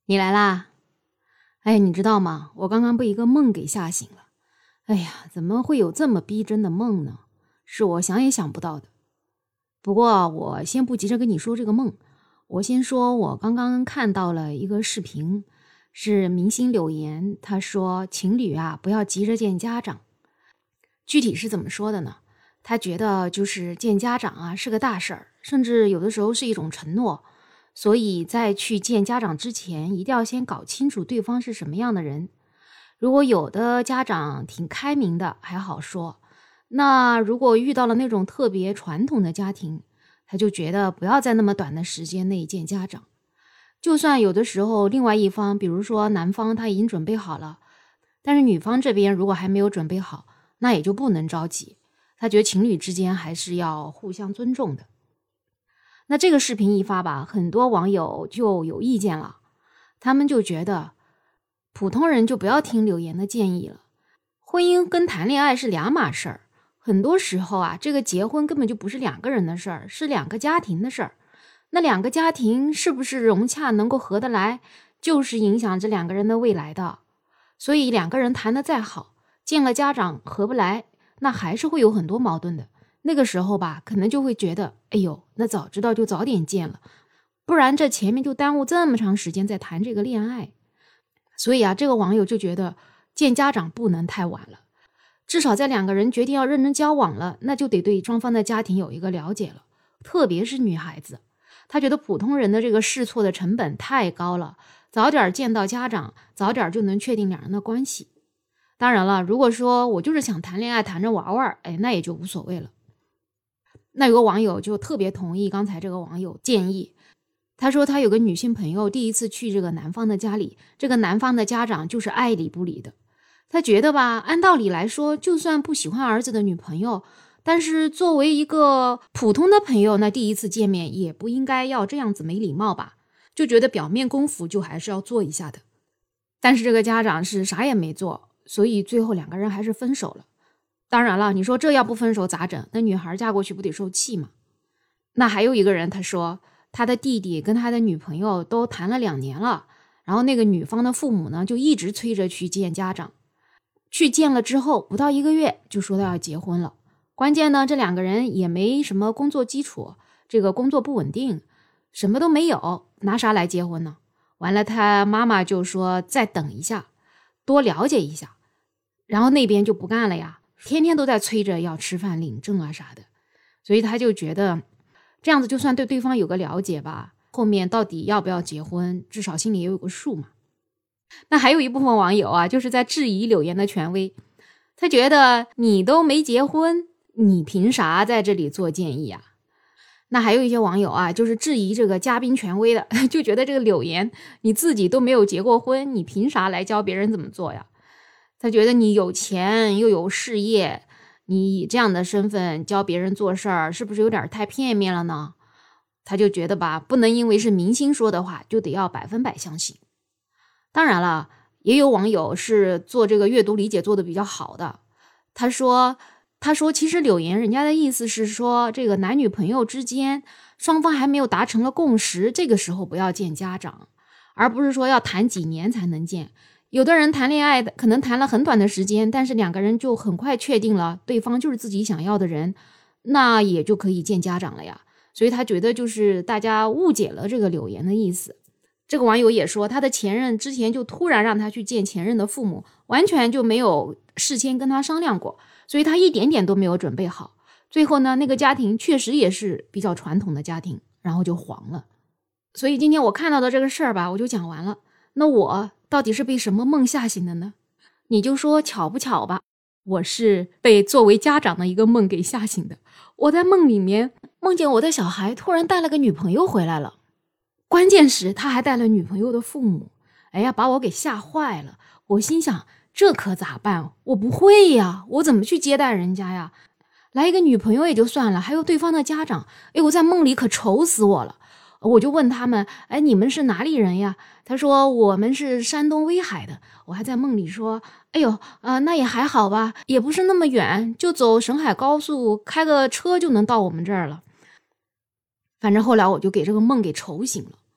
你来啦。哎，你知道吗？我刚刚被一个梦给吓醒了。哎呀，怎么会有这么逼真的梦呢？是我想也想不到的。不过我先不急着跟你说这个梦，我先说我刚刚看到了一个视频，是明星柳岩，她说情侣啊不要急着见家长。具体是怎么说的呢？她觉得就是见家长啊是个大事儿，甚至有的时候是一种承诺。所以在去见家长之前，一定要先搞清楚对方是什么样的人。如果有的家长挺开明的，还好说。那如果遇到了那种特别传统的家庭，他就觉得不要在那么短的时间内见家长。就算有的时候另外一方，比如说男方他已经准备好了，但是女方这边如果还没有准备好，那也就不能着急。他觉得情侣之间还是要互相尊重的。那这个视频一发吧，很多网友就有意见了，他们就觉得普通人就不要听柳岩的建议了，婚姻跟谈恋爱是两码事儿，很多时候啊，这个结婚根本就不是两个人的事儿，是两个家庭的事儿。那两个家庭是不是融洽能够合得来，就是影响这两个人的未来的。所以两个人谈得再好，见了家长合不来，那还是会有很多矛盾的。那个时候吧，可能就会觉得，哎呦，那早知道就早点见了，不然这前面就耽误这么长时间在谈这个恋爱。所以啊，这个网友就觉得见家长不能太晚了，至少在两个人决定要认真交往了，那就得对双方的家庭有一个了解了。特别是女孩子，她觉得普通人的这个试错的成本太高了，早点见到家长，早点就能确定两人的关系。当然了，如果说我就是想谈恋爱谈着玩玩，那也就无所谓了。那有个网友就特别同意刚才这个网友建议，他说他有个女性朋友第一次去这个男方的家里，这个男方的家长就是爱理不理的。他觉得吧，按道理来说，就算不喜欢儿子的女朋友，但是作为一个普通的朋友，那第一次见面也不应该要这样子没礼貌吧，就觉得表面功夫就还是要做一下的。但是这个家长是啥也没做，所以最后两个人还是分手了。当然了，你说这要不分手咋整？那女孩嫁过去不得受气吗？那还有一个人，他说他的弟弟跟他的女朋友都谈了2年了，然后那个女方的父母呢，就一直催着去见家长。去见了之后，不到1个月就说他要结婚了。关键呢，这两个人也没什么工作基础，这个工作不稳定，什么都没有，拿啥来结婚呢？完了，他妈妈就说再等一下，多了解一下。然后那边就不干了呀，天天都在催着要吃饭领证啊啥的。所以他就觉得这样子就算对对方有个了解吧，后面到底要不要结婚，至少心里也有个数嘛。那还有一部分网友啊，就是在质疑柳岩的权威，他觉得你都没结婚，你凭啥在这里做建议啊？那还有一些网友啊，就是质疑这个嘉宾权威的，就觉得这个柳岩你自己都没有结过婚，你凭啥来教别人怎么做呀？他觉得你有钱又有事业，你以这样的身份教别人做事儿，是不是有点太片面了呢？他就觉得吧，不能因为是明星说的话就得要100%相信。当然了，也有网友是做这个阅读理解做的比较好的。他说其实柳岩人家的意思是说，这个男女朋友之间双方还没有达成了共识，这个时候不要见家长，而不是说要谈几年才能见。有的人谈恋爱可能谈了很短的时间，但是两个人就很快确定了对方就是自己想要的人，那也就可以见家长了呀。所以他觉得就是大家误解了这个柳岩的意思。这个网友也说，他的前任之前就突然让他去见前任的父母，完全就没有事先跟他商量过，所以他一点点都没有准备好。最后呢，那个家庭确实也是比较传统的家庭，然后就黄了。所以今天我看到的这个事儿吧，我就讲完了。那我到底是被什么梦吓醒的呢？你就说巧不巧吧，我是被作为家长的一个梦给吓醒的。我在梦里面梦见我的小孩突然带了个女朋友回来了，关键是他还带了女朋友的父母。哎呀，把我给吓坏了。我心想，这可咋办？我不会呀，我怎么去接待人家呀？来一个女朋友也就算了，还有对方的家长，我在梦里可愁死我了。我就问他们，你们是哪里人呀？他说我们是山东威海的。我还在梦里说，那也还好吧，也不是那么远，就走沈海高速，开个车就能到我们这儿了。反正后来我就给这个梦给愁醒了。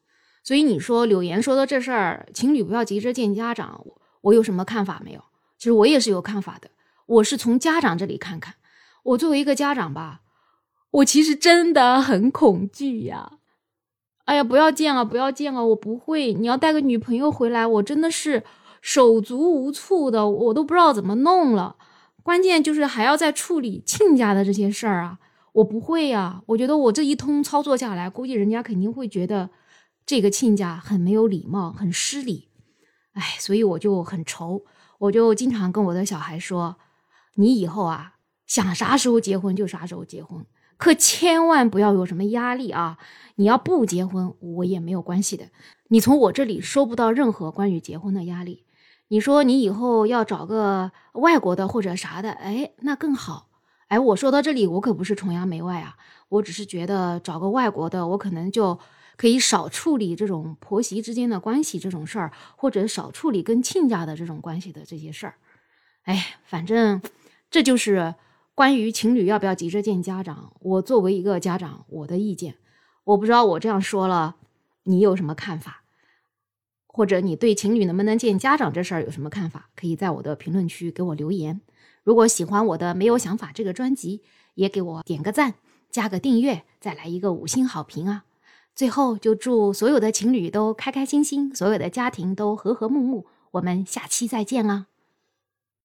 所以你说柳岩说的这事儿，情侣不要急着见家长，我有什么看法没有？其实我也是有看法的，我是从家长这里看看。我作为一个家长吧，我其实真的很恐惧呀。哎呀，不要见啊，不要见啊，我不会。你要带个女朋友回来，我真的是手足无措的，我都不知道怎么弄了。关键就是还要再处理亲家的这些事儿啊，我不会呀。我觉得我这一通操作下来，估计人家肯定会觉得这个亲家很没有礼貌，很失礼。哎，所以我就很愁，我就经常跟我的小孩说，你以后啊，想啥时候结婚就啥时候结婚，可千万不要有什么压力啊。你要不结婚，我也没有关系的，你从我这里收不到任何关于结婚的压力。你说你以后要找个外国的或者啥的，哎，那更好。哎，我说到这里，我可不是崇洋媚外啊，我只是觉得找个外国的，我可能就可以少处理这种婆媳之间的关系这种事儿，或者少处理跟亲家的这种关系的这些事儿。哎，反正这就是关于情侣要不要急着见家长，我作为一个家长，我的意见。我不知道我这样说了，你有什么看法？或者你对情侣能不能见家长这事儿有什么看法？可以在我的评论区给我留言。如果喜欢我的没有想法这个专辑，也给我点个赞，加个订阅，再来一个5星好评啊！最后就祝所有的情侣都开开心心，所有的家庭都和和睦睦。我们下期再见啦！